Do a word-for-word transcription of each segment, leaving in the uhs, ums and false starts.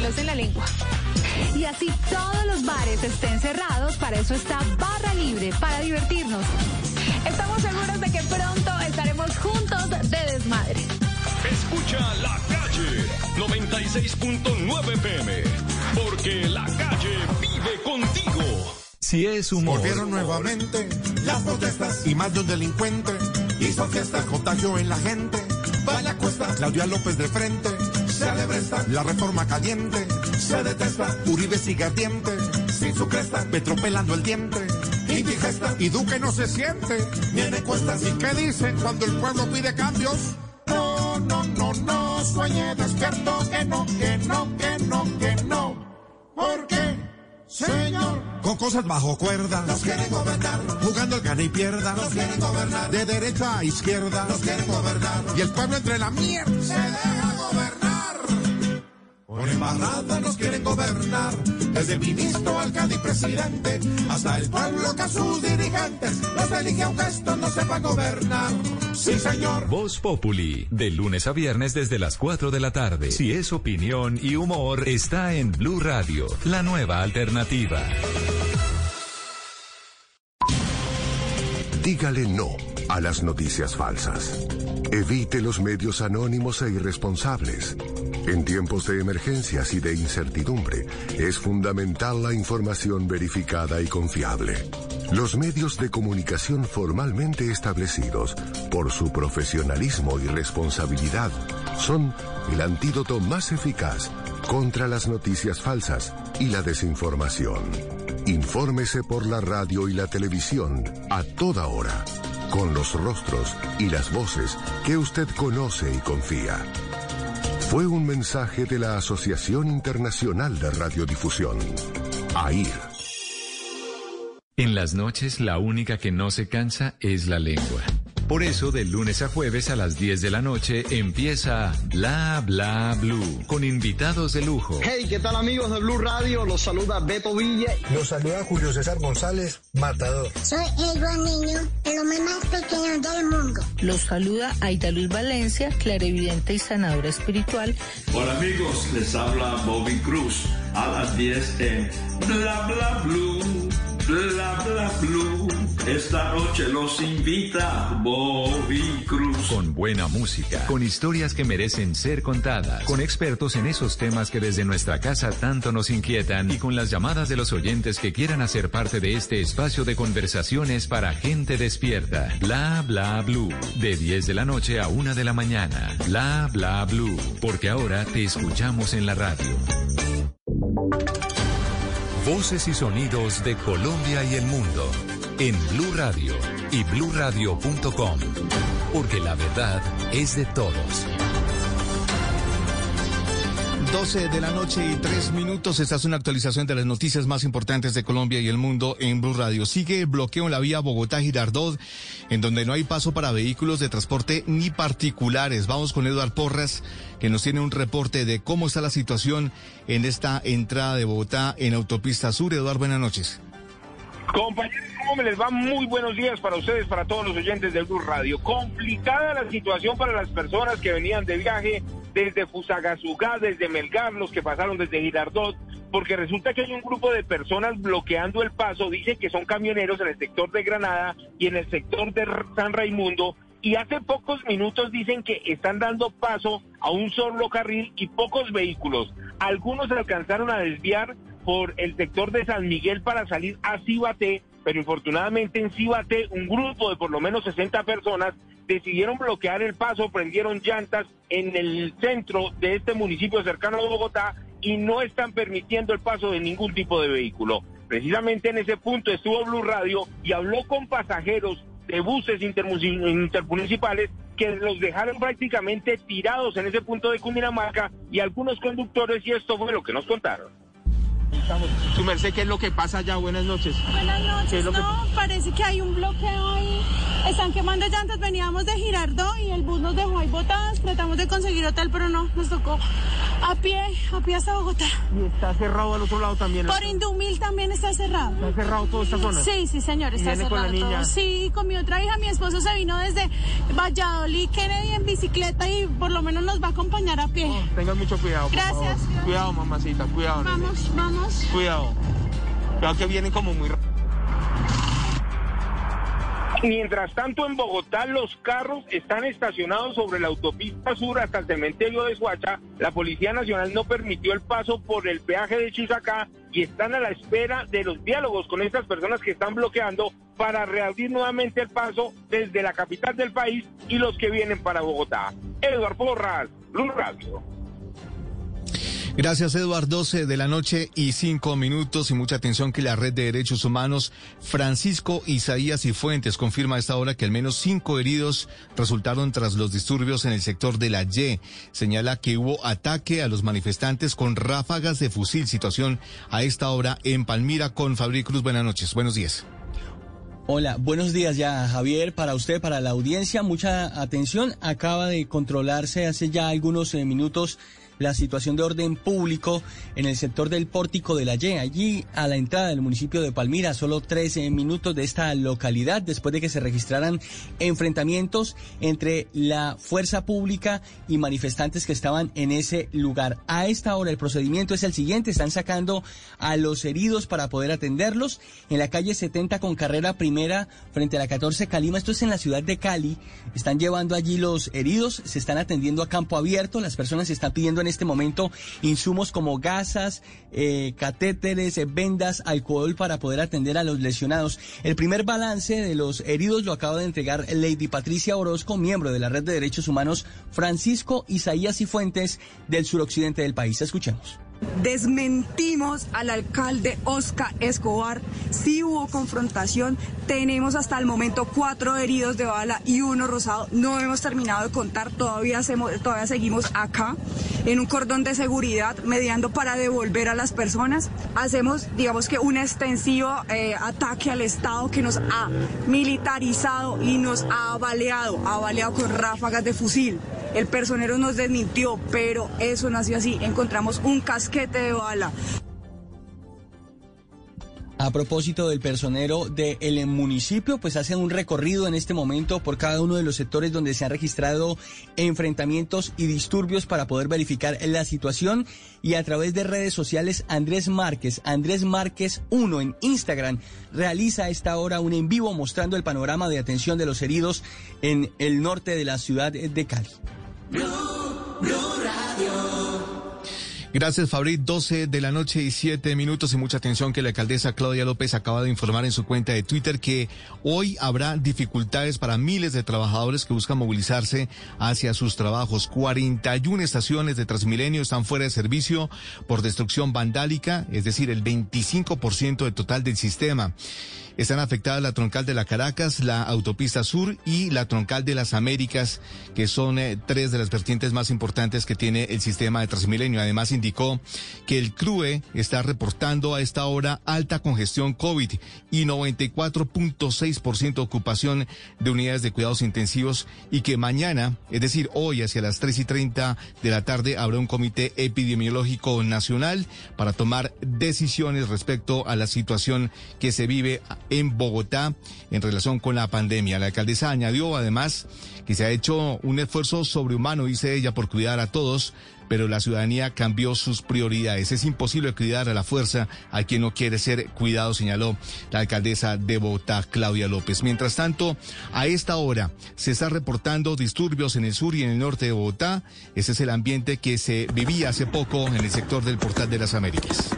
pelos en la lengua. Y así todos los bares estén cerrados, para eso está Barra Libre, para divertirnos. Estamos seguros de que pronto estaremos juntos de desmadre. Escucha La Calle noventa y seis punto nueve P M, porque la calle vive contigo. Si es humor. Volvieron nuevamente las protestas y más de un delincuente hizo fiesta, contagio en la gente. Vaya cuesta, Claudia López de frente, se alebresta, la reforma caliente, se detesta, Uribe sigue ardiente, sin su cresta, Petro pelando el diente, indigesta, y Duque no se siente, viene cuestas. ¿Y qué dicen cuando el pueblo pide cambios? No, no, no, no, sueñe despierto, que no, que no, que no, que no. ¿Por qué, señor? Con cosas bajo cuerda nos quieren gobernar, jugando el gana y pierda nos quieren gobernar, de derecha a izquierda nos quieren gobernar, y el pueblo entre la mierda se deja gobernar. Por embarrada nos quieren gobernar, desde el ministro, alcalde y presidente, hasta el pueblo que a sus dirigentes los elige aunque estos no sepan gobernar. Sí, señor. Voz Populi, de lunes a viernes desde las cuatro de la tarde. Si es opinión y humor, está en Blue Radio, la nueva alternativa. Dígale no a las noticias falsas. Evite los medios anónimos e irresponsables. En tiempos de emergencias y de incertidumbre, es fundamental la información verificada y confiable. Los medios de comunicación formalmente establecidos, por su profesionalismo y responsabilidad, son el antídoto más eficaz contra las noticias falsas y la desinformación. Infórmese por la radio y la televisión a toda hora, con los rostros y las voces que usted conoce y confía. Fue un mensaje de la Asociación Internacional de Radiodifusión, A I R. En las noches, la única que no se cansa es la lengua. Por eso, de lunes a jueves a las diez de la noche, empieza Bla Bla Blue, con invitados de lujo. Hey, ¿qué tal, amigos de Blue Radio? Los saluda Beto Villa. Los saluda Julio César González, Matador. Soy Edward Niño, el hombre más pequeño del mundo. Los saluda Aida Luz Valencia, clarividente y sanadora espiritual. Hola, amigos, les habla Bobby Cruz. A las diez en Bla Bla Blue. Bla Bla Blue, esta noche los invita Bobby Cruz. Con buena música, con historias que merecen ser contadas, con expertos en esos temas que desde nuestra casa tanto nos inquietan y con las llamadas de los oyentes que quieran hacer parte de este espacio de conversaciones para gente despierta. Bla Bla Blue, de diez de la noche a una de la mañana. Bla Bla Blue, porque ahora te escuchamos en la radio. Voces y sonidos de Colombia y el mundo en Blue Radio y blue radio punto com, porque la verdad es de todos. doce de la noche y tres minutos. Esta es una actualización de las noticias más importantes de Colombia y el mundo en Blue Radio. Sigue el bloqueo en la vía Bogotá-Girardot, en donde no hay paso para vehículos de transporte ni particulares. Vamos con Eduard Porras, que nos tiene un reporte de cómo está la situación en esta entrada de Bogotá en Autopista Sur. Eduard, buenas noches. Compañeros, ¿cómo me les va? Muy buenos días para ustedes, para todos los oyentes de Blue Radio. Complicada la situación para las personas que venían de viaje desde Fusagasugá, desde Melgar, los que pasaron desde Girardot, porque resulta que hay un grupo de personas bloqueando el paso. Dicen que son camioneros en el sector de Granada y en el sector de San Raimundo, y hace pocos minutos dicen que están dando paso a un solo carril y pocos vehículos. Algunos se alcanzaron a desviar por el sector de San Miguel para salir a Cibaté, pero infortunadamente en Cibaté un grupo de por lo menos sesenta personas decidieron bloquear el paso, prendieron llantas en el centro de este municipio cercano a Bogotá y no están permitiendo el paso de ningún tipo de vehículo. Precisamente en ese punto estuvo Blue Radio y habló con pasajeros de buses intermunicipales que los dejaron prácticamente tirados en ese punto de Cundinamarca y algunos conductores, y esto fue lo que nos contaron. Su merced, ¿qué es lo que pasa allá? Buenas noches. Buenas noches, no, que... parece que hay un bloqueo ahí. Están quemando llantas, veníamos de Girardot y el bus nos dejó ahí botadas, tratamos de conseguir hotel, pero no, nos tocó A pie, a pie hasta Bogotá. ¿Y está cerrado al otro lado también? Por Indumil también está cerrado. ¿Está cerrado toda esta zona? Sí, sí, señor, está cerrado con la niña? todo. Sí, con mi otra hija, mi esposo se vino desde Valladolid, Kennedy en bicicleta y por lo menos nos va a acompañar a pie. Oh, tengan mucho cuidado, por Gracias. favor. Cuidado, mamacita, cuidado. Vamos, nene. vamos. Cuidado. Cuidado que vienen como muy rápido. Mientras tanto, en Bogotá, los carros están estacionados sobre la autopista sur hasta el cementerio de Soacha. La Policía Nacional no permitió el paso por el peaje de Chusacá y están a la espera de los diálogos con estas personas que están bloqueando para reabrir nuevamente el paso desde la capital del país y los que vienen para Bogotá. Eduardo Porras, Blue Radio. Gracias, Eduardo. doce de la noche y cinco minutos y mucha atención que la Red de Derechos Humanos Francisco Isaías y Fuentes confirma a esta hora que al menos cinco heridos resultaron tras los disturbios en el sector de la Y. Señala que hubo ataque a los manifestantes con ráfagas de fusil. Situación a esta hora en Palmira con Fabri Cruz. Buenas noches, buenos días. Hola, buenos días ya, Javier, para usted, para la audiencia. Mucha atención. Acaba de controlarse hace ya algunos eh, minutos la situación de orden público en el sector del Pórtico de la Y, allí a la entrada del municipio de Palmira, solo trece minutos de esta localidad, después de que se registraran enfrentamientos entre la fuerza pública y manifestantes que estaban en ese lugar. A esta hora el procedimiento es el siguiente: están sacando a los heridos para poder atenderlos en la calle setenta con carrera primera frente a la catorce Calima, esto es en la ciudad de Cali. Están llevando allí los heridos, se están atendiendo a campo abierto, las personas están pidiendo en este momento insumos como gasas, eh, catéteres, eh, vendas, alcohol para poder atender a los lesionados. El primer balance de los heridos lo acaba de entregar Lady Patricia Orozco, miembro de la Red de Derechos Humanos Francisco Isaías y Fuentes del suroccidente del país. Escuchemos. Desmentimos al alcalde Oscar Escobar, sí hubo confrontación, tenemos hasta el momento cuatro heridos de bala y uno rosado, no hemos terminado de contar, todavía, hacemos, todavía seguimos acá en un cordón de seguridad mediando para devolver a las personas. Hacemos, digamos que un extensivo eh, ataque al Estado que nos ha militarizado y nos ha baleado, ha baleado con ráfagas de fusil. El personero nos desmintió, pero eso nació así, encontramos un casquete de bala. A propósito del personero del municipio, pues hace un recorrido en este momento por cada uno de los sectores donde se han registrado enfrentamientos y disturbios para poder verificar la situación. Y a través de redes sociales, Andrés Márquez, Andrés Márquez uno en Instagram, realiza a esta hora un en vivo mostrando el panorama de atención de los heridos en el norte de la ciudad de Cali. Blue, Blue Radio. Gracias, Fabri. doce de la noche y siete minutos y mucha atención que la alcaldesa Claudia López acaba de informar en su cuenta de Twitter que hoy habrá dificultades para miles de trabajadores que buscan movilizarse hacia sus trabajos. cuarenta y una estaciones de Transmilenio están fuera de servicio por destrucción vandálica, es decir, el veinticinco por ciento del total del sistema. Están afectadas la troncal de la Caracas, la autopista sur y la troncal de las Américas, que son eh, tres de las vertientes más importantes que tiene el sistema de Transmilenio. Además, indicó que el C R U E está reportando a esta hora alta congestión COVID y noventa y cuatro punto seis por ciento ocupación de unidades de cuidados intensivos y que mañana, es decir, hoy hacia las tres y treinta de la tarde, habrá un comité epidemiológico nacional para tomar decisiones respecto a la situación que se vive en Bogotá en relación con la pandemia. La alcaldesa añadió además que se ha hecho un esfuerzo sobrehumano, dice ella, por cuidar a todos, pero la ciudadanía cambió sus prioridades. Es imposible cuidar a la fuerza a quien no quiere ser cuidado, señaló la alcaldesa de Bogotá, Claudia López. Mientras tanto, a esta hora se está reportando disturbios en el sur y en el norte de Bogotá. Ese es el ambiente que se vivía hace poco en el sector del Portal de las Américas.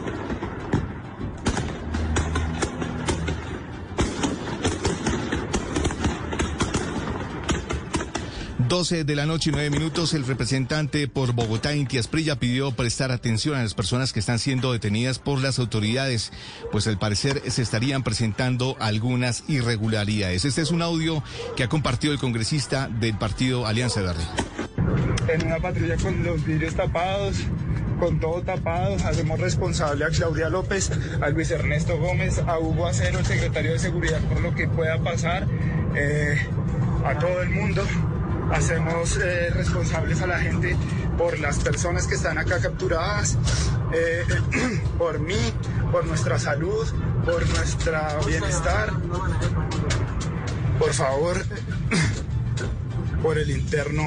doce de la noche y nueve minutos, el representante por Bogotá, Inti Asprilla, pidió prestar atención a las personas que están siendo detenidas por las autoridades, pues al parecer se estarían presentando algunas irregularidades. Este es un audio que ha compartido el congresista del partido Alianza Verde. En una patrulla con los vidrios tapados, con todo tapado, hacemos responsable a Claudia López, a Luis Ernesto Gómez, a Hugo Acero, el secretario de Seguridad, por lo que pueda pasar, eh, a todo el mundo. hacemos eh, responsables a la gente por las personas que están acá capturadas, eh, por mí, por nuestra salud, por nuestro bienestar. Por favor, por el interno.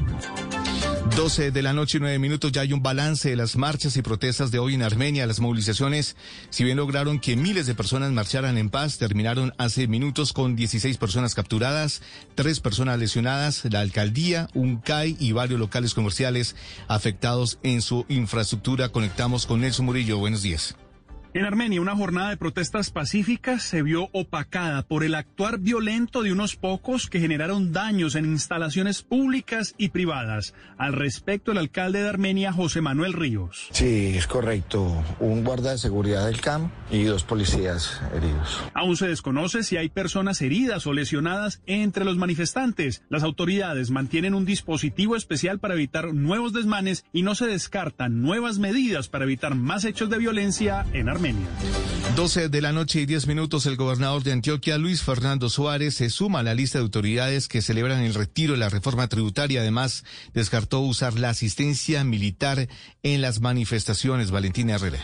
doce de la noche y nueve minutos, ya hay un balance de las marchas y protestas de hoy en Armenia. Las movilizaciones, si bien lograron que miles de personas marcharan en paz, terminaron hace minutos con dieciséis personas capturadas, tres personas lesionadas, la alcaldía, un C A I y varios locales comerciales afectados en su infraestructura. Conectamos con Nelson Murillo. Buenos días. En Armenia, una jornada de protestas pacíficas se vio opacada por el actuar violento de unos pocos que generaron daños en instalaciones públicas y privadas. Al respecto, el alcalde de Armenia, José Manuel Ríos. Sí, es correcto. Un guarda de seguridad del C A M y dos policías heridos. Aún se desconoce si hay personas heridas o lesionadas entre los manifestantes. Las autoridades mantienen un dispositivo especial para evitar nuevos desmanes y no se descartan nuevas medidas para evitar más hechos de violencia en Armenia. doce de la noche y diez minutos, el gobernador de Antioquia, Luis Fernando Suárez, se suma a la lista de autoridades que celebran el retiro de la reforma tributaria. Además, descartó usar la asistencia militar en las manifestaciones. Valentina Herrera.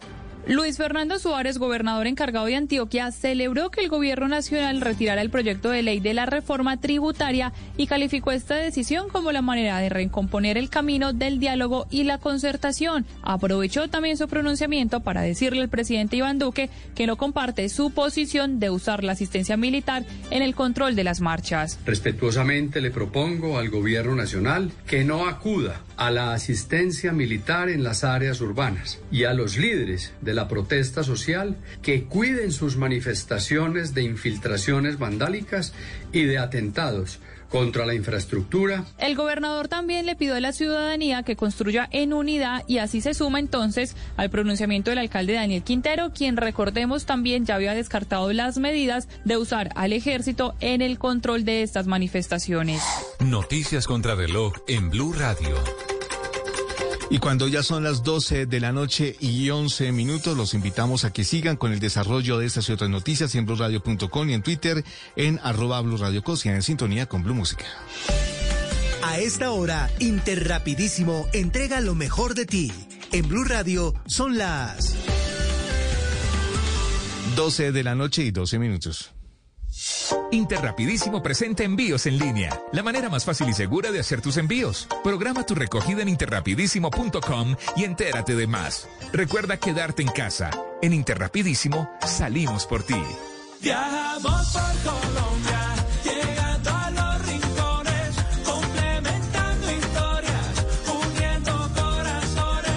Luis Fernando Suárez, gobernador encargado de Antioquia, celebró que el gobierno nacional retirara el proyecto de ley de la reforma tributaria y calificó esta decisión como la manera de recomponer el camino del diálogo y la concertación. Aprovechó también su pronunciamiento para decirle al presidente Iván Duque que no comparte su posición de usar la asistencia militar en el control de las marchas. Respetuosamente le propongo al gobierno nacional que no acuda a la asistencia militar en las áreas urbanas y a los líderes de la protesta social que cuiden sus manifestaciones de infiltraciones vandálicas y de atentados contra la infraestructura. El gobernador también le pidió a la ciudadanía que construya en unidad y así se suma entonces al pronunciamiento del alcalde Daniel Quintero, quien, recordemos, también ya había descartado las medidas de usar al ejército en el control de estas manifestaciones. Noticias contra reloj en Blue Radio. Y cuando ya son las doce de la noche y once minutos, los invitamos a que sigan con el desarrollo de estas y otras noticias en blue radio punto com y en Twitter en arroba Blue Radio Co, en sintonía con Blue Música. A esta hora, Interrapidísimo entrega lo mejor de ti. En Blue Radio son las doce de la noche y doce minutos. Interrapidísimo presenta envíos en línea, la manera más fácil y segura de hacer tus envíos. Programa tu recogida en interrapidísimo punto com y entérate de más. Recuerda quedarte en casa. En Interrapidísimo salimos por ti. Viajamos por Colombia, llegando a los rincones, complementando historias, uniendo corazones.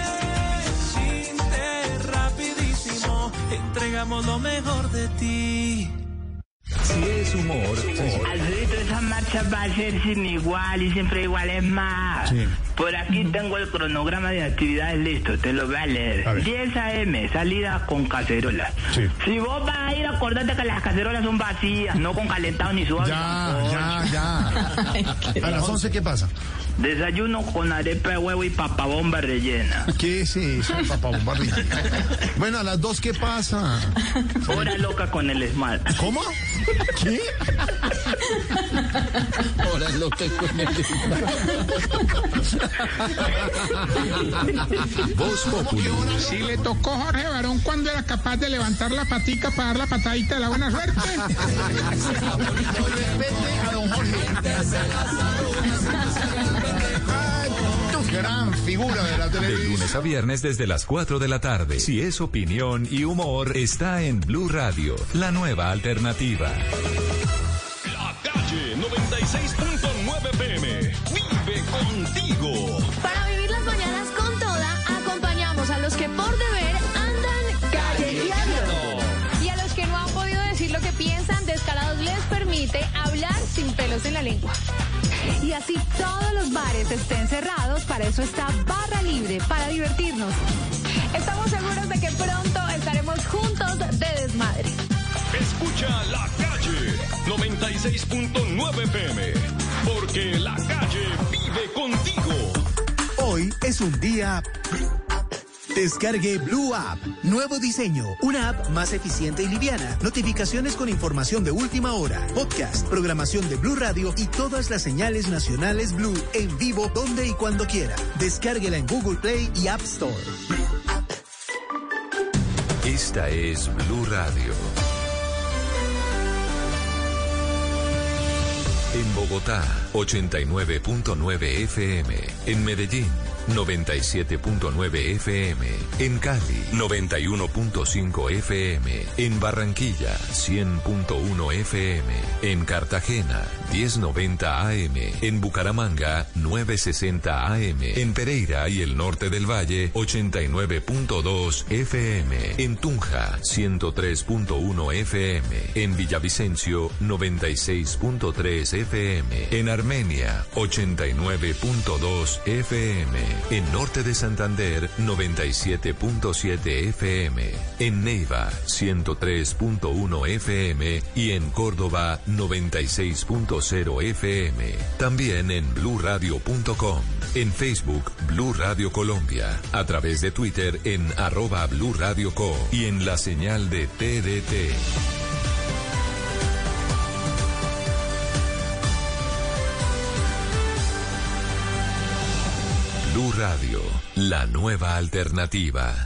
Interrapidísimo, entregamos lo mejor de ti. Si es humor, Alfredito, esa marcha va a ser sin igual y siempre igual es más. Sí. Por aquí tengo el cronograma de actividades listo, te lo voy a leer. A diez a eme, salida con cacerolas. Sí. Si vos vas a ir, acordate que las cacerolas son vacías, no con calentado ni suave. Ya, ya, ya. ¿A las once qué pasa? Desayuno con arepa de huevo y papabomba rellena. ¿Qué es eso, papabomba rellena? Bueno, a las dos, ¿qué pasa? Hora loca con el esmalte. ¿Cómo? ¿Qué? Hora loca con el Voz Populi. Si le tocó Jorge Barón cuando era capaz de levantar la patica para dar la patadita de la buena suerte. Respete a don Jorge. Gran figura de la televisión. De lunes a viernes desde las cuatro de la tarde. Si es opinión y humor, está en Blue Radio, la nueva alternativa. La Calle noventa y seis punto nueve P M. Vive contigo. Para vivir las mañanas con toda, acompañamos a los que por deber andan callejeando. Y a los que no han podido decir lo que piensan, Descarados les permite hablar sin pelos en la lengua. Y así todos los bares estén cerrados, para eso está Barra Libre, para divertirnos. Estamos seguros de que pronto estaremos juntos de desmadre. Escucha La Calle noventa y seis punto nueve P M, porque la calle vive contigo. Hoy es un día Descargue Blue App. Nuevo diseño. Una app más eficiente y liviana. Notificaciones con información de última hora. Podcast, programación de Blue Radio y todas las señales nacionales Blue en vivo donde y cuando quiera. Descárguela en Google Play y App Store. Esta es Blue Radio. En Bogotá, ochenta y nueve punto nueve F M. En Medellín, noventa y siete punto nueve F M. En Cali, noventa y uno punto cinco F M. En Barranquilla, cien punto uno F M. En Cartagena, mil noventa A M. En Bucaramanga, novecientos sesenta A M. En Pereira y el norte del Valle, ochenta y nueve punto dos F M. En Tunja, ciento tres punto uno F M. En Villavicencio, noventa y seis punto tres F M. En Armenia, ochenta y nueve punto dos F M. En Norte de Santander, noventa y siete punto siete F M. En Neiva, ciento tres punto uno F M. Y en Córdoba, noventa y seis punto cero F M. También en blue radio punto com. En Facebook, Blue Radio Colombia. A través de Twitter en arroba Blue Radio Co. Y en la señal de T D T. Blue Radio, la nueva alternativa.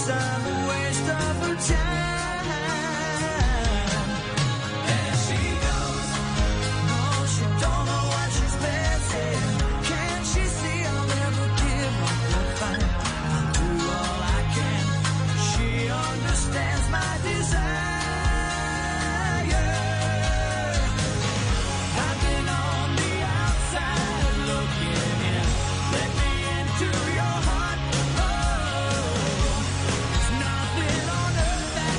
I'm a waste of her time. There she goes. No, she don't know what she's missing. Can't she see I'll never give up the fight? I'll do all I can. She understands my desire. I've been on the outside looking in. Let me into your heart. Oh, there's nothing on earth that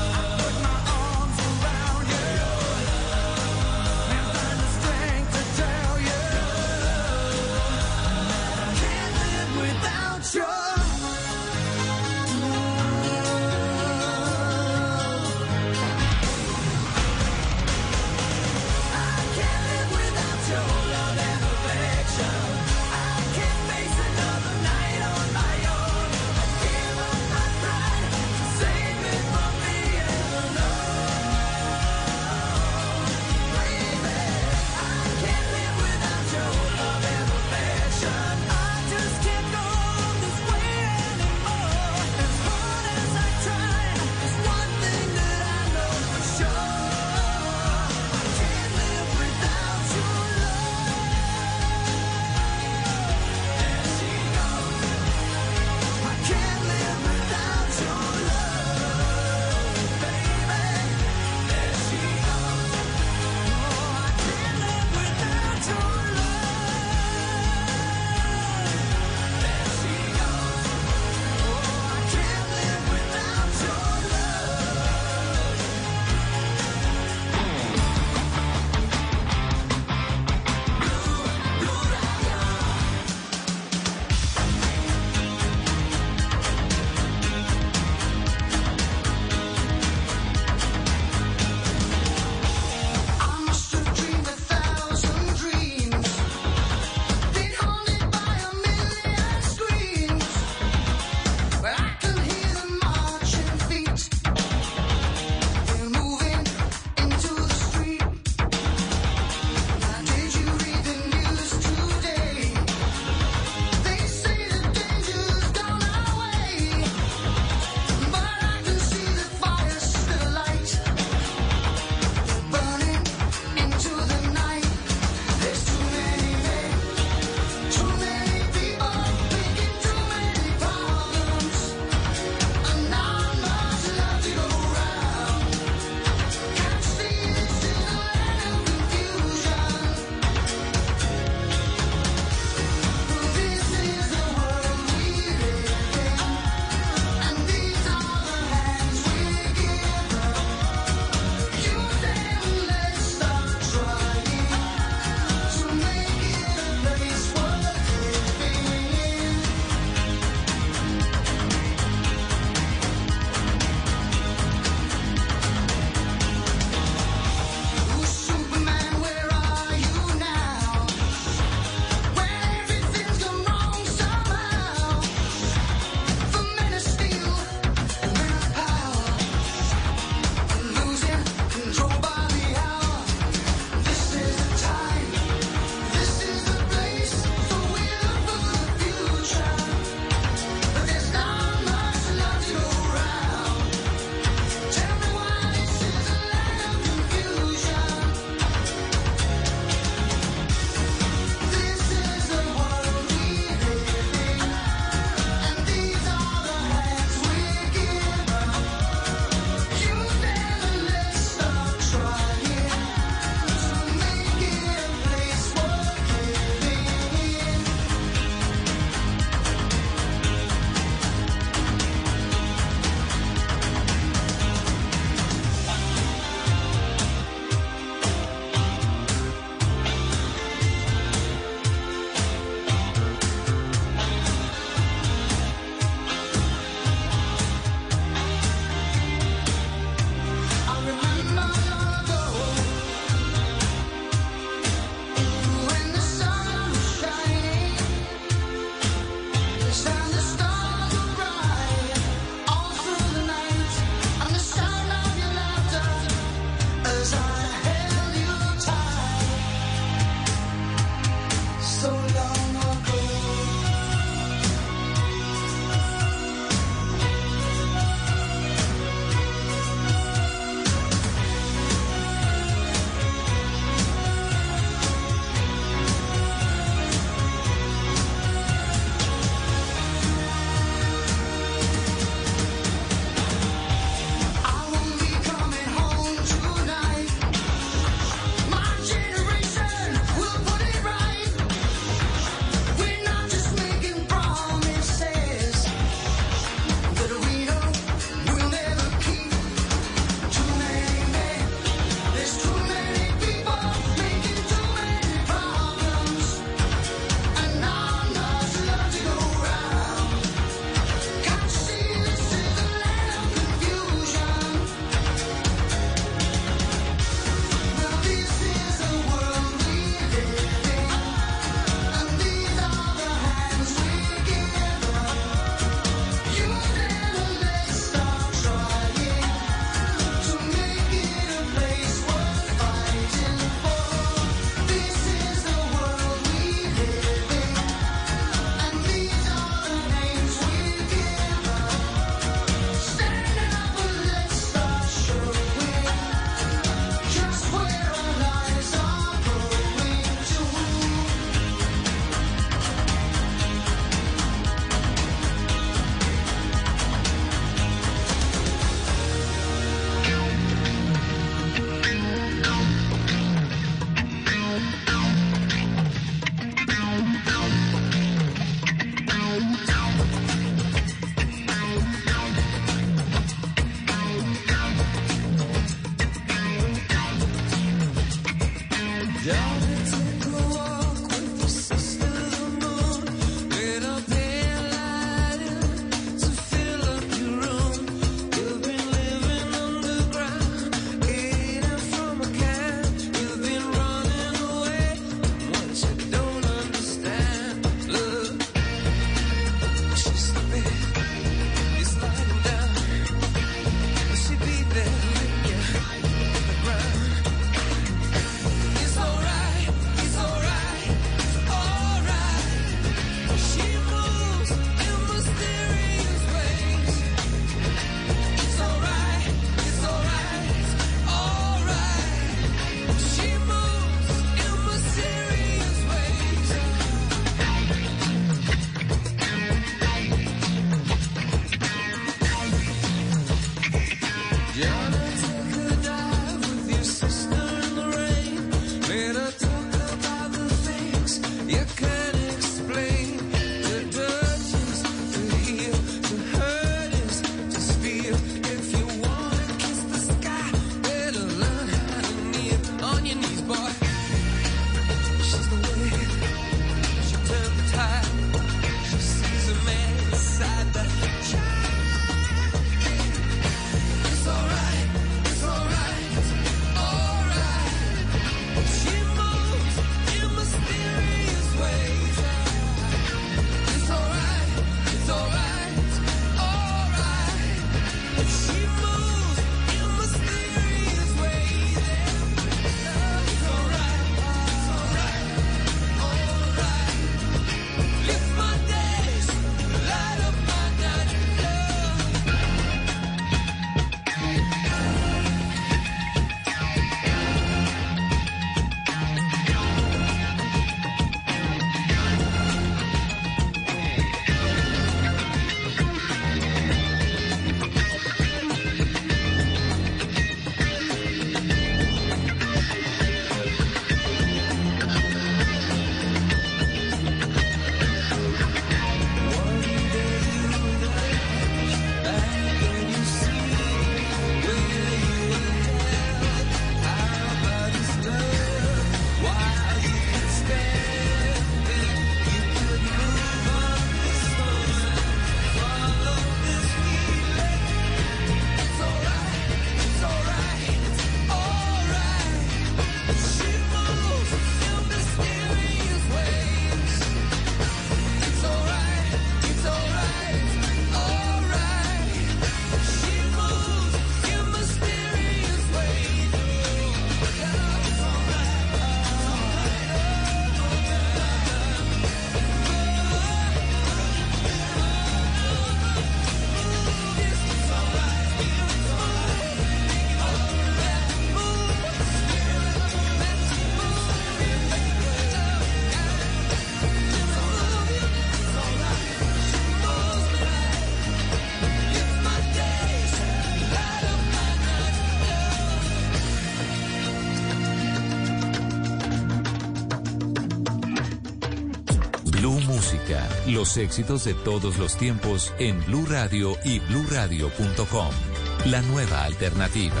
Blue Música, los éxitos de todos los tiempos en Blue Radio y blue radio punto com. La nueva alternativa.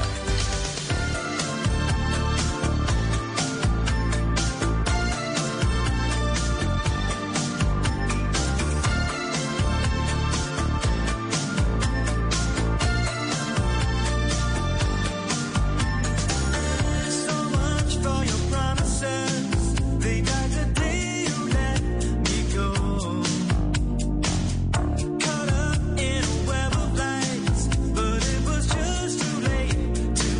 Caught up in a web of lights, but it was just too late to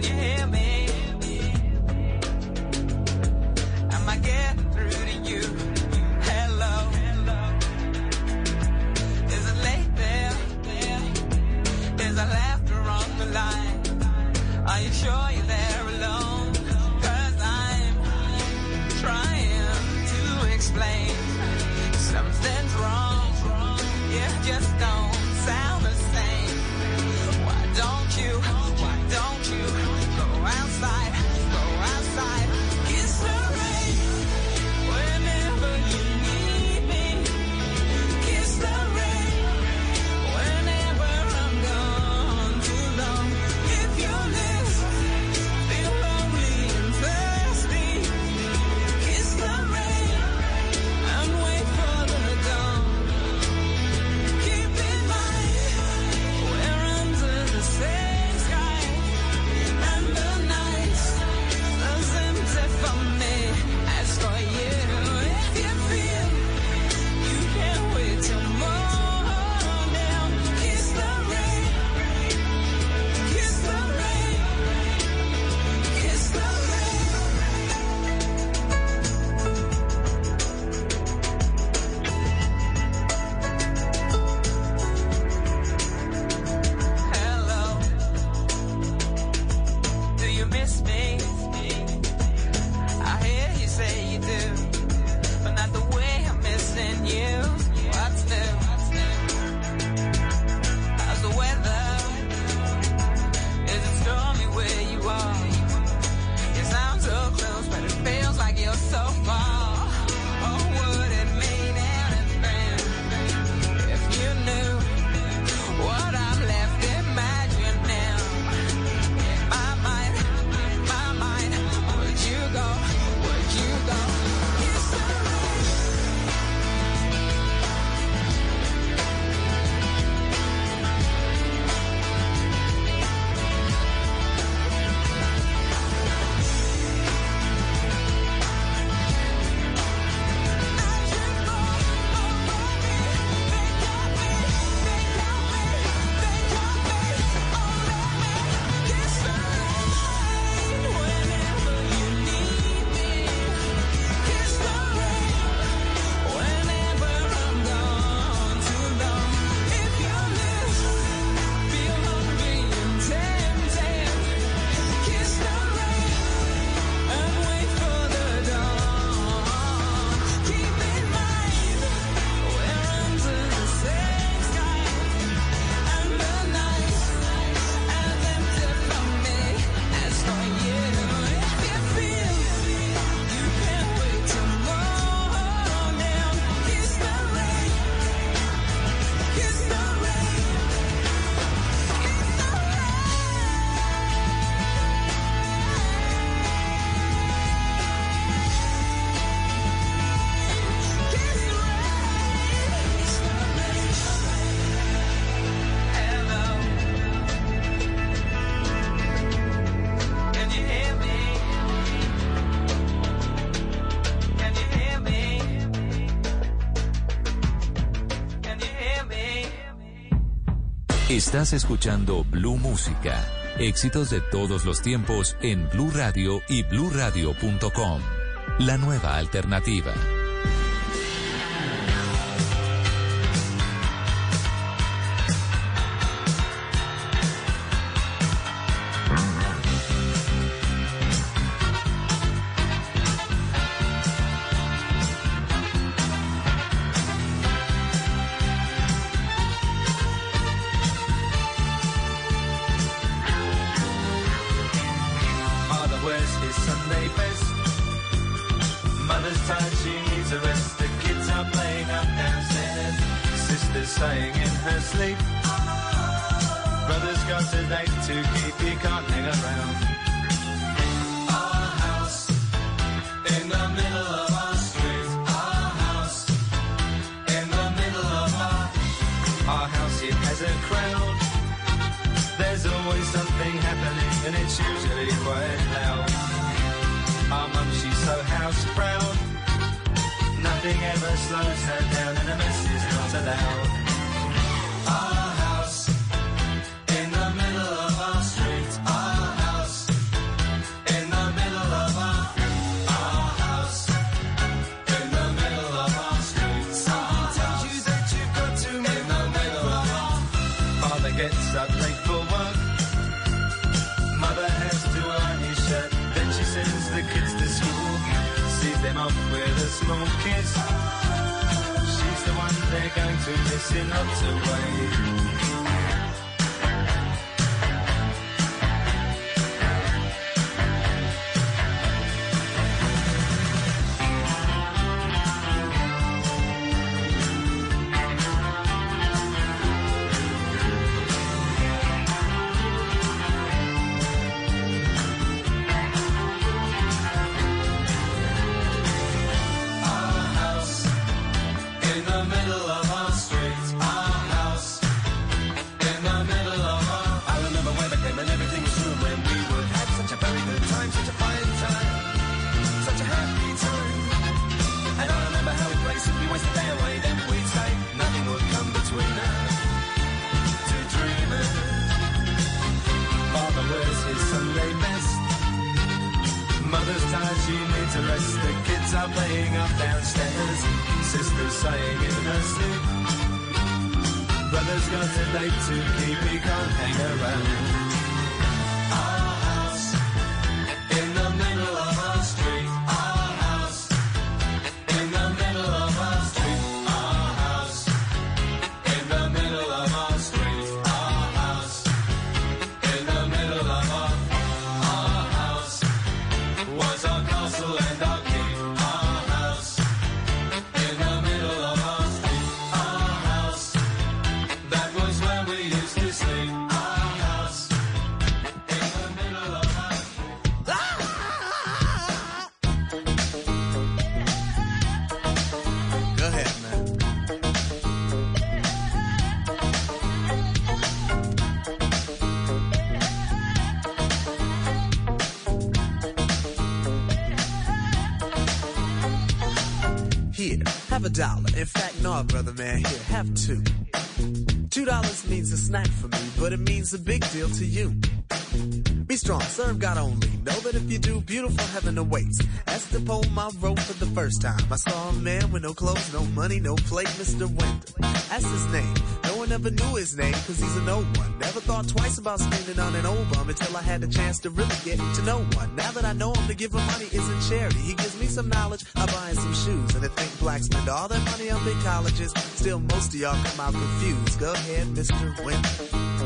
Can you hear me? Am I getting through to you? Hello. Is it late there? Is there laughter on the line? Are you sure you're there alone? 'Cause I'm trying to explain something's wrong. You just don't sound the same. Why don't you, why don't you go outside, go outside, kiss the rain whenever you need me, kiss the rain whenever I'm gone too long. If you live, feel lonely and thirsty, kiss the rain and wait for the dawn. Keep in mind, we're under the same sky, and the night is empty for me. As for you, if you feel you can't wait till morning, kiss the rain, kiss the rain, kiss the rain. Hello, do you miss me? I hear you say you do, but not the way I'm missing you. What's new? How's the weather? Is it stormy where you are? You sound so close, but it feels like you're so far. Oh, would it mean anything if you knew what I'm left imagining? My mind, my mind, would you go, would you go? Kiss the rain. Can you hear me? Can you hear me? Can you hear me? Estás escuchando Blue Música. Éxitos de todos los tiempos en Blue Radio y blue radio punto com. La nueva alternativa. Father wears his Sunday best. Mother's tired, she needs a rest. The kids are playing up downstairs. Sister's sighing in her sleep. Brother's got a date to keep, he can't hang around. Our house in the middle of our street. Our house in the middle of our Our house, it has a crowd. There's always something happening and it's usually quite loud. Our mum, she's so house proud. Nothing ever slows her down and a mess is not allowed. Our house in the middle of our street. Our house don't kiss. She's the one they're going to miss in lots of ways. Have a dollar. In fact, no, brother man, here, have two. Two dollars means a snack for me, but it means a big deal to you. Be strong, serve God only. Know that if you do, beautiful heaven awaits. As the poem I wrote for the first time, I saw a man with no clothes, no money, no plate, Mister Wendell. That's his name. No one ever knew his name, cause he's a no one. Never thought twice about spending on an old bum until I had the chance to really get to know one. Now that I know him, to give him money isn't charity. He gives me some knowledge, I buy him some shoes. And I think blacks spend all their money on big colleges. Still, most of y'all come out confused. Go ahead, Mister Wendell.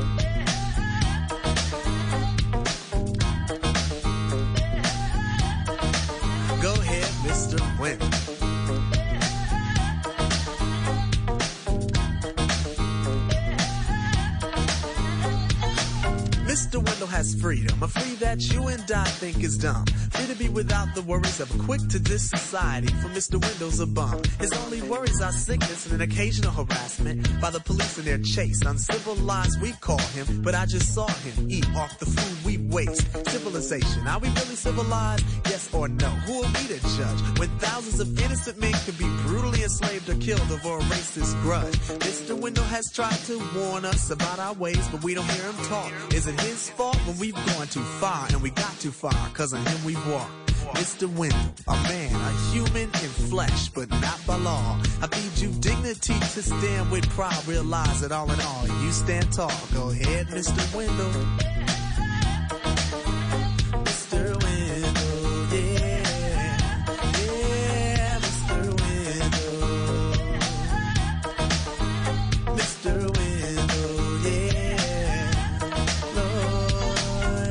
Go ahead, Mister Wendell. Mister Wendell has freedom, a free that you and I think is dumb. Free to be without the worries of a quick-to-diss society, for Mister Wendell's a bum. His only worries are sickness and an occasional harassment by the police in their chase. Uncivilized, we call him, but I just saw him eat off the food we waste. Civilization, are we really civilized? Yes or no? Who are we to judge when thousands of innocent men could be brutally enslaved or killed over a racist grudge? Mister Wendell has tried to warn us about our ways, but we don't hear him talk. Is it his fault when we've gone too far, and we got too far, cause on him we've walked? Mister Wendell, a man, a human in flesh, but not by law. I feed you dignity to stand with pride. Realize that all in all, you stand tall. Go ahead, Mister Wendell. Mister Wendell, yeah. Yeah, Mister Wendell. Mister Wendell, yeah. Lord.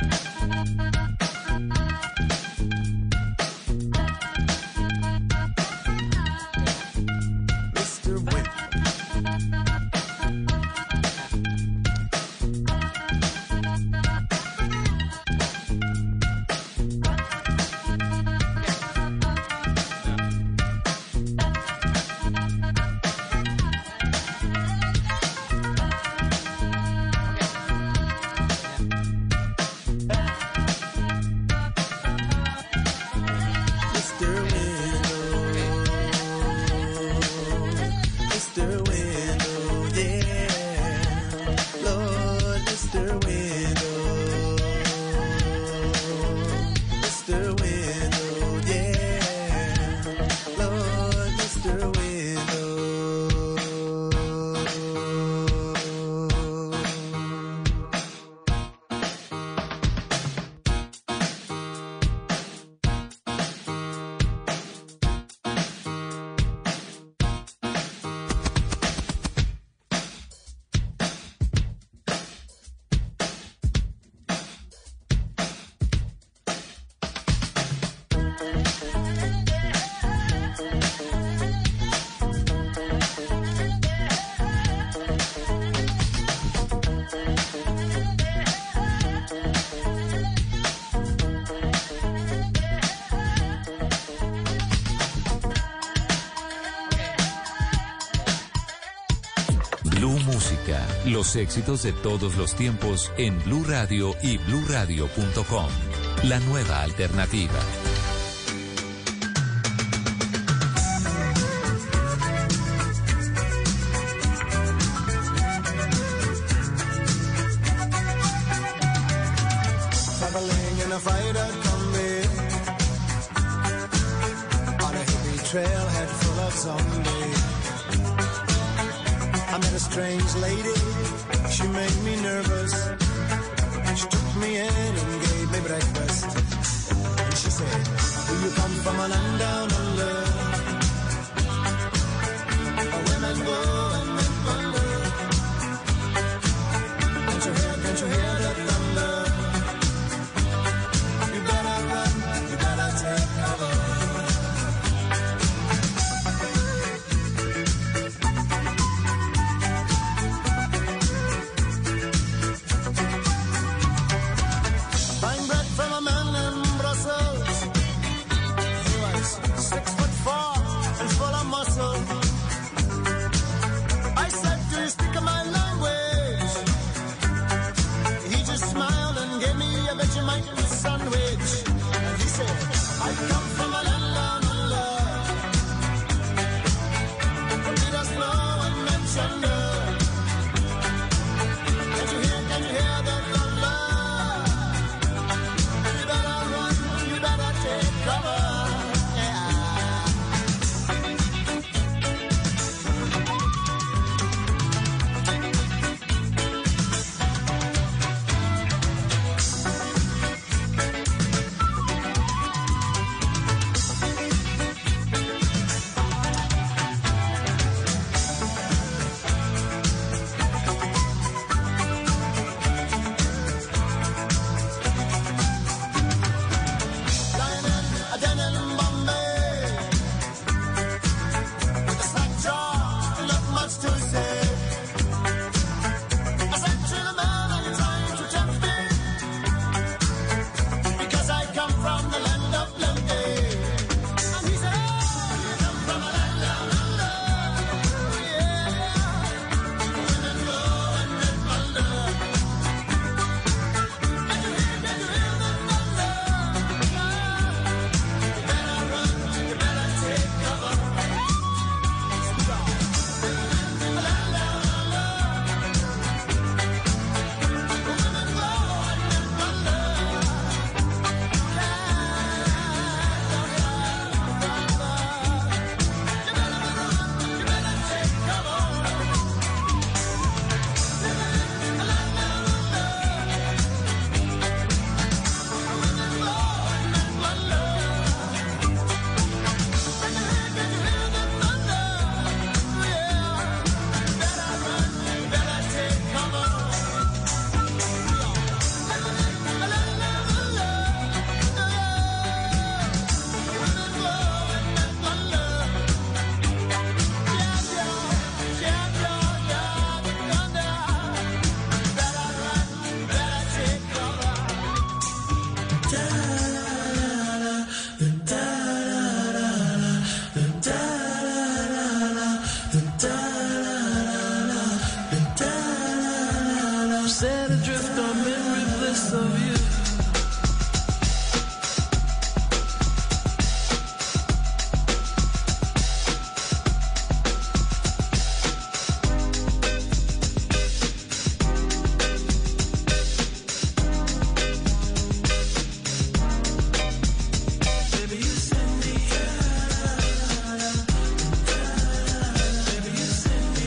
Mister Wendell. Los éxitos de todos los tiempos en Blue Radio y blue radio punto com. La nueva alternativa. Traveling in a freighter combi on a hippie trailhead full of zombies. I met a strange lady, she made me nervous. She took me in and gave me breakfast. And she said, do you come from a land down under? Where women go and men wonder. Can't you hear, can't you hear the thunder? You better run, you better take cover. Buying bread from a man in Brussels. He was six foot four and full of muscle. I said, do you speak my language? He just smiled and gave me a Vegemite sandwich. And he said, I come from a land down under. The leaders blow and men thunder. Can't you hear, can you hear the thunder? You better run, you better take cover. Lying in a den in Bombay with a slack jaw and not much to say. I said to the man, are you trying to tempt me? Because I come from the land of plenty. And he said, oh, you come from a land down under. Yeah, women go and men wonder. Can you hear, can you hear the thunder? You better run, you better take cover. A land down under. Women go and men wonder. You better take cover. A land down under. Women go and men wonder. Can you hear, can you hear the thunder? Yeah. Better run, better take cover. A land down under. Women go and men wonder. Yeah, yeah, yeah, yeah, the thunder. Better run, better take cover. Set adrift on memory bliss of you. Baby, you send me Baby, you send me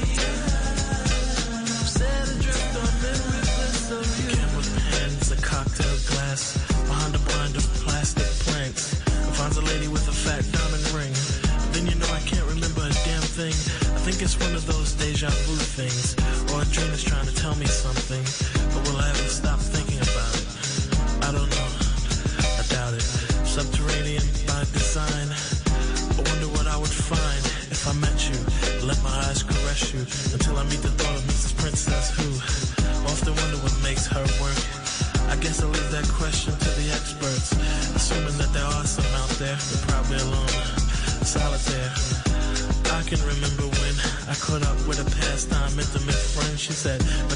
Set adrift on memory bliss of you. Camera in hands, a cocktail glass behind a blind of plastic plants. Finds a lady with a fat diamond ring. Then you know I can't remember a damn thing. I think it's one of those deja vu things, or a dream is trying to tell me something. But will I ever stop thinking about it? I don't know. I doubt it. Subterranean by design. I wonder what I would find if I met you. Let my eyes caress you until I meet the thought of Missus Princess, who often wonder what makes her work. I guess I'll leave that question to the experts, assuming that there are some out there, but probably alone, solitaire. I can remember when I caught up with a pastime intimate friend. She said,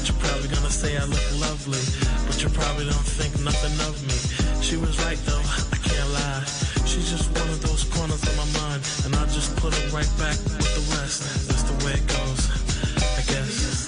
I look lovely, but you probably don't think nothing of me. She was right though, I can't lie. She's just one of those corners of my mind, and I just put her right back with the rest. That's the way it goes, I guess.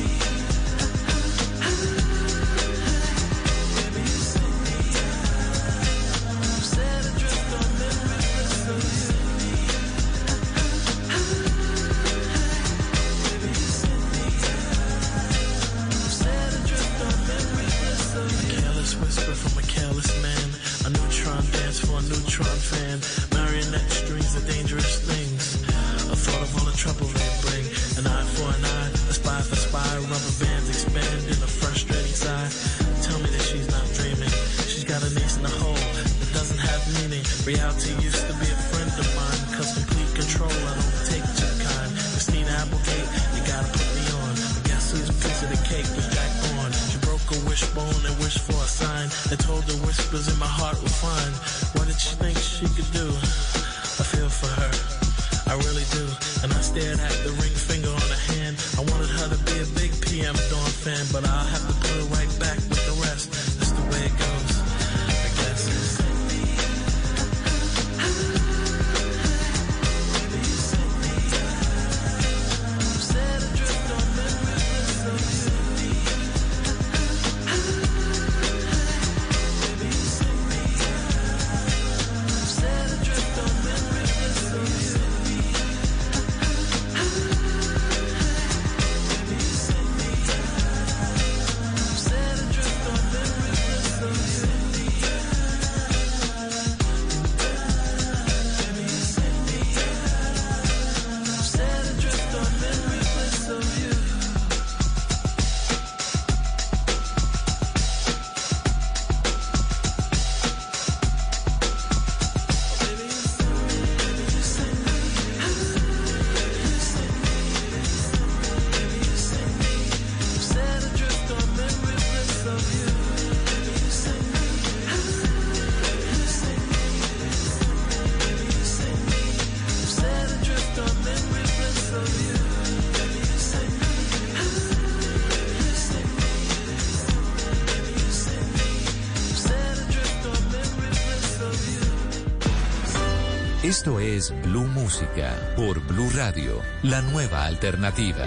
Whisper from a careless man, a neutron dance for a neutron fan. Marionette strings are dangerous things. A thought of all the trouble they bring. An eye for an eye, a spy for spy. Rubber bands expand in a frustrating sigh. Tell me that she's not dreaming. She's got an ace in the hole that doesn't have meaning. Reality used to be a friend of mine, cause complete control I don't take too kind. Christina Applegate, you gotta put me on. Guess whose piece of the cake was Jack Bourne? She broke a wishbone and wished for a sign. They told her whispers in my heart were fine. What did she think she could do? I feel for her, I really do. And I stared at the ring finger on her hand. I wanted her to be a big P M Dawn fan, but I'll have to put her right back with the rest. That's the way it goes, I guess. Esto es Blue Música por Blue Radio, la nueva alternativa.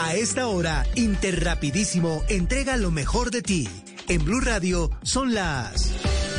A esta hora, Interrapidísimo entrega lo mejor de ti. En Blue Radio son las...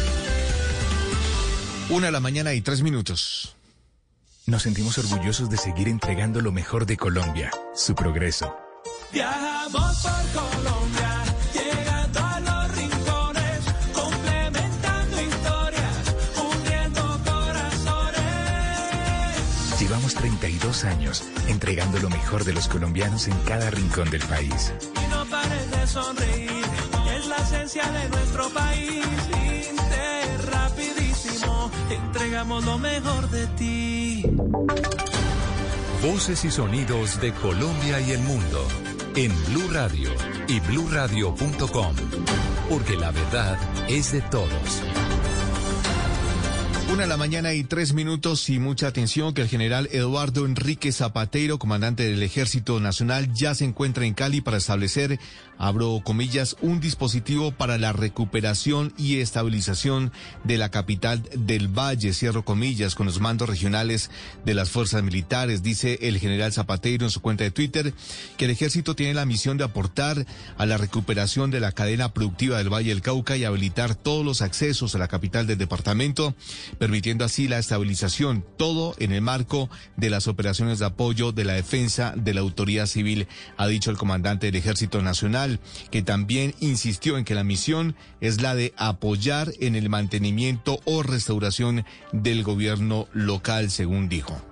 Una de la mañana y tres minutos. Nos sentimos orgullosos de seguir entregando lo mejor de Colombia, su progreso. Viajamos por Colombia, llegando a los rincones, complementando historias, uniendo corazones. Llevamos treinta y dos años entregando lo mejor de los colombianos en cada rincón del país. Y no pares de sonreír, es la esencia de nuestro país. Interrapidísimo, entregamos lo mejor de ti. Voces y sonidos de Colombia y el mundo en Blue Radio y blue radio punto com, porque la verdad es de todos. Una de la mañana y tres minutos y mucha atención que el general Eduardo Enrique Zapatero, comandante del Ejército Nacional, ya se encuentra en Cali para establecer, abro comillas, un dispositivo para la recuperación y estabilización de la capital del Valle, cierro comillas, con los mandos regionales de las fuerzas militares. Dice el general Zapatero en su cuenta de Twitter que el ejército tiene la misión de aportar a la recuperación de la cadena productiva del Valle del Cauca y habilitar todos los accesos a la capital del departamento, permitiendo así la estabilización, todo en el marco de las operaciones de apoyo de la defensa de la autoridad civil, ha dicho el comandante del Ejército Nacional, que también insistió en que la misión es la de apoyar en el mantenimiento o restauración del gobierno local, según dijo.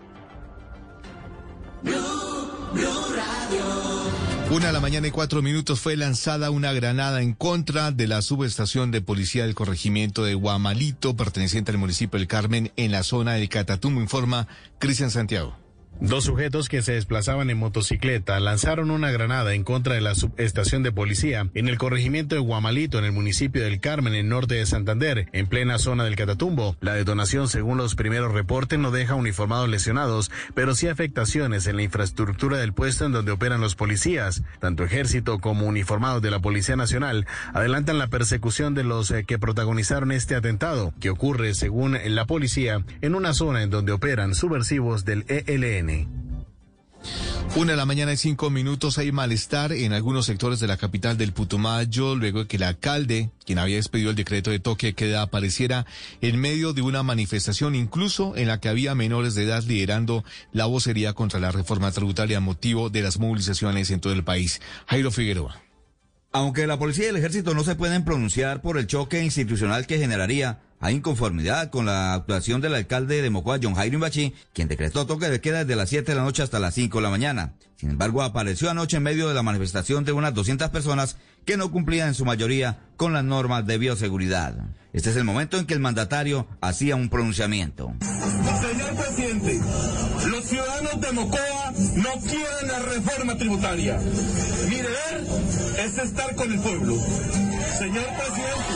Blue, Blue Radio. Una de la mañana y cuatro minutos fue lanzada una granada en contra de la subestación de policía del corregimiento de Guamalito, perteneciente al municipio del Carmen, en la zona del Catatumbo, informa Cristian Santiago. Dos sujetos que se desplazaban en motocicleta lanzaron una granada en contra de la subestación de policía en el corregimiento de Guamalito, en el municipio del Carmen, en el norte de Santander, en plena zona del Catatumbo. La detonación, según los primeros reportes, no deja uniformados lesionados, pero sí afectaciones en la infraestructura del puesto en donde operan los policías. Tanto ejército como uniformados de la Policía Nacional adelantan la persecución de los eh, que protagonizaron este atentado, que ocurre, según la policía, en una zona en donde operan subversivos del E L N. Una de la mañana y cinco minutos. Hay malestar en algunos sectores de la capital del Putumayo luego de que el alcalde, quien había expedido el decreto de toque de queda, apareciera en medio de una manifestación, incluso en la que había menores de edad liderando la vocería contra la reforma tributaria a motivo de las movilizaciones en todo el país. Jairo Figueroa. Aunque la policía y el ejército no se pueden pronunciar por el choque institucional que generaría, hay inconformidad con la actuación del alcalde de Mocoa, John Jairo Imbachí, quien decretó toque de queda desde las siete de la noche hasta las cinco de la mañana. Sin embargo, apareció anoche en medio de la manifestación de unas doscientas personas que no cumplían en su mayoría con las normas de bioseguridad. Este es el momento en que el mandatario hacía un pronunciamiento. Señor presidente, los ciudadanos de Mocoa no quieren la reforma tributaria. Mi deber es estar con el pueblo. Señor presidente,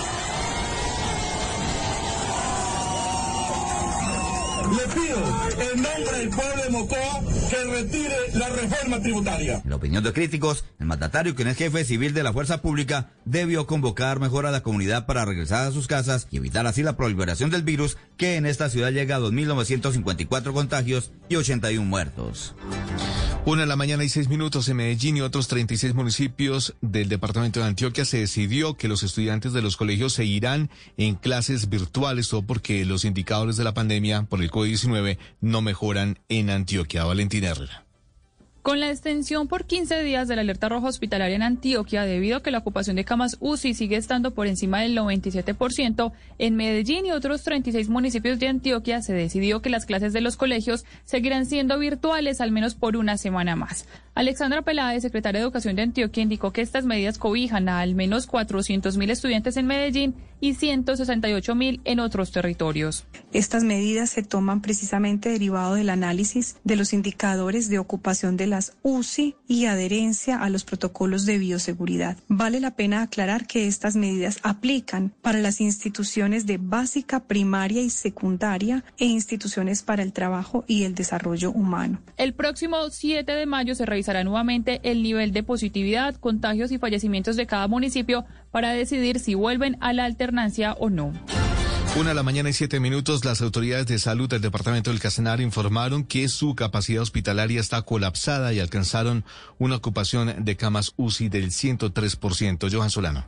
le pido en nombre del pueblo de Mocoa que retire la reforma tributaria. En la opinión de críticos, el mandatario, quien es jefe civil de la fuerza pública, debió convocar mejor a la comunidad para regresar a sus casas y evitar así la proliferación del virus, que en esta ciudad llega a dos mil novecientos cincuenta y cuatro contagios y ochenta y uno muertos. Una de la mañana y seis minutos. En Medellín y otros treinta y seis municipios del departamento de Antioquia se decidió que los estudiantes de los colegios seguirán en clases virtuales, todo porque los indicadores de la pandemia por el COVID diecinueve no mejoran en Antioquia. Valentina Herrera. Con la extensión por quince días de la alerta roja hospitalaria en Antioquia, debido a que la ocupación de camas U C I sigue estando por encima del noventa y siete por ciento, en Medellín y otros treinta y seis municipios de Antioquia se decidió que las clases de los colegios seguirán siendo virtuales al menos por una semana más. Alexandra Peláez, secretaria de Educación de Antioquia, indicó que estas medidas cobijan a al menos cuatrocientos mil estudiantes en Medellín y ciento sesenta y ocho mil en otros territorios. Estas medidas se toman precisamente derivado del análisis de los indicadores de ocupación de las U C I y adherencia a los protocolos de bioseguridad. Vale la pena aclarar que estas medidas aplican para las instituciones de básica, primaria y secundaria e instituciones para el trabajo y el desarrollo humano. El próximo siete de mayo se revisará nuevamente el nivel de positividad, contagios y fallecimientos de cada municipio para decidir si vuelven a la alternancia o no. Una de la mañana y siete minutos, las autoridades de salud del departamento del Casanare informaron que su capacidad hospitalaria está colapsada y alcanzaron una ocupación de camas U C I del ciento tres por ciento. Johan Solano.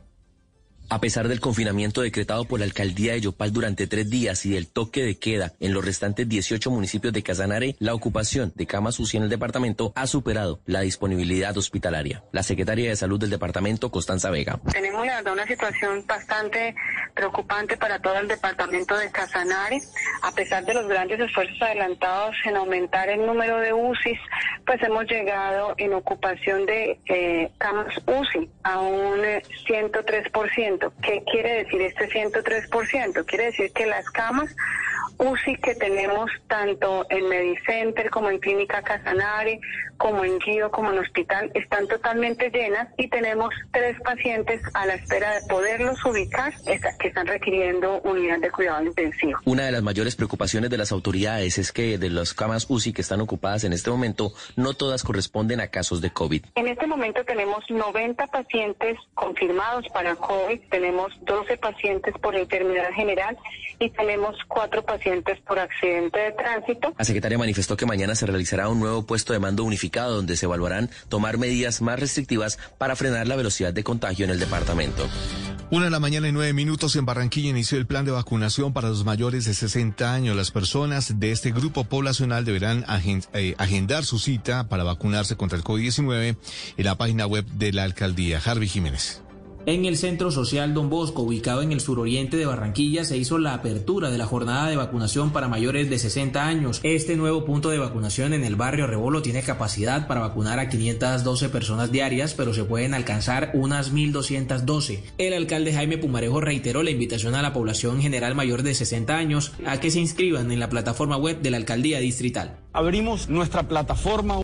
A pesar del confinamiento decretado por la alcaldía de Yopal durante tres días y del toque de queda en los restantes dieciocho municipios de Casanare, la ocupación de camas U C I en el departamento ha superado la disponibilidad hospitalaria. La secretaria de Salud del departamento, Constanza Vega. Tenemos la verdad una situación bastante preocupante para todo el departamento de Casanare. A pesar de los grandes esfuerzos adelantados en aumentar el número de U C Is, pues hemos llegado en ocupación de eh, camas U C I a un eh, ciento tres por ciento. ¿Qué quiere decir este ciento tres por ciento? Quiere decir que las camas U C I que tenemos tanto en Medicenter como en Clínica Casanare, como en Guido, como en Hospital, están totalmente llenas y tenemos tres pacientes a la espera de poderlos ubicar que están requiriendo unidad de cuidado intensivo. Una de las mayores preocupaciones de las autoridades es que de las camas U C I que están ocupadas en este momento, no todas corresponden a casos de COVID. En este momento tenemos noventa pacientes confirmados para COVID, tenemos doce pacientes por enfermedad general y tenemos cuatro pacientes por accidente de tránsito. La secretaria manifestó que mañana se realizará un nuevo puesto de mando unificado donde se evaluarán tomar medidas más restrictivas para frenar la velocidad de contagio en el departamento. Una de la mañana y nueve minutos en Barranquilla inició el plan de vacunación para los mayores de sesenta años. Las personas de este grupo poblacional deberán agendar su cita para vacunarse contra el COVID diecinueve en la página web de la alcaldía. Harvey Jiménez. En el Centro Social Don Bosco, ubicado en el suroriente de Barranquilla, se hizo la apertura de la jornada de vacunación para mayores de sesenta años. Este nuevo punto de vacunación en el barrio Rebolo tiene capacidad para vacunar a quinientas doce personas diarias, pero se pueden alcanzar unas mil doscientas doce. El alcalde Jaime Pumarejo reiteró la invitación a la población general mayor de sesenta años a que se inscriban en la plataforma web de la alcaldía distrital. Abrimos nuestra plataforma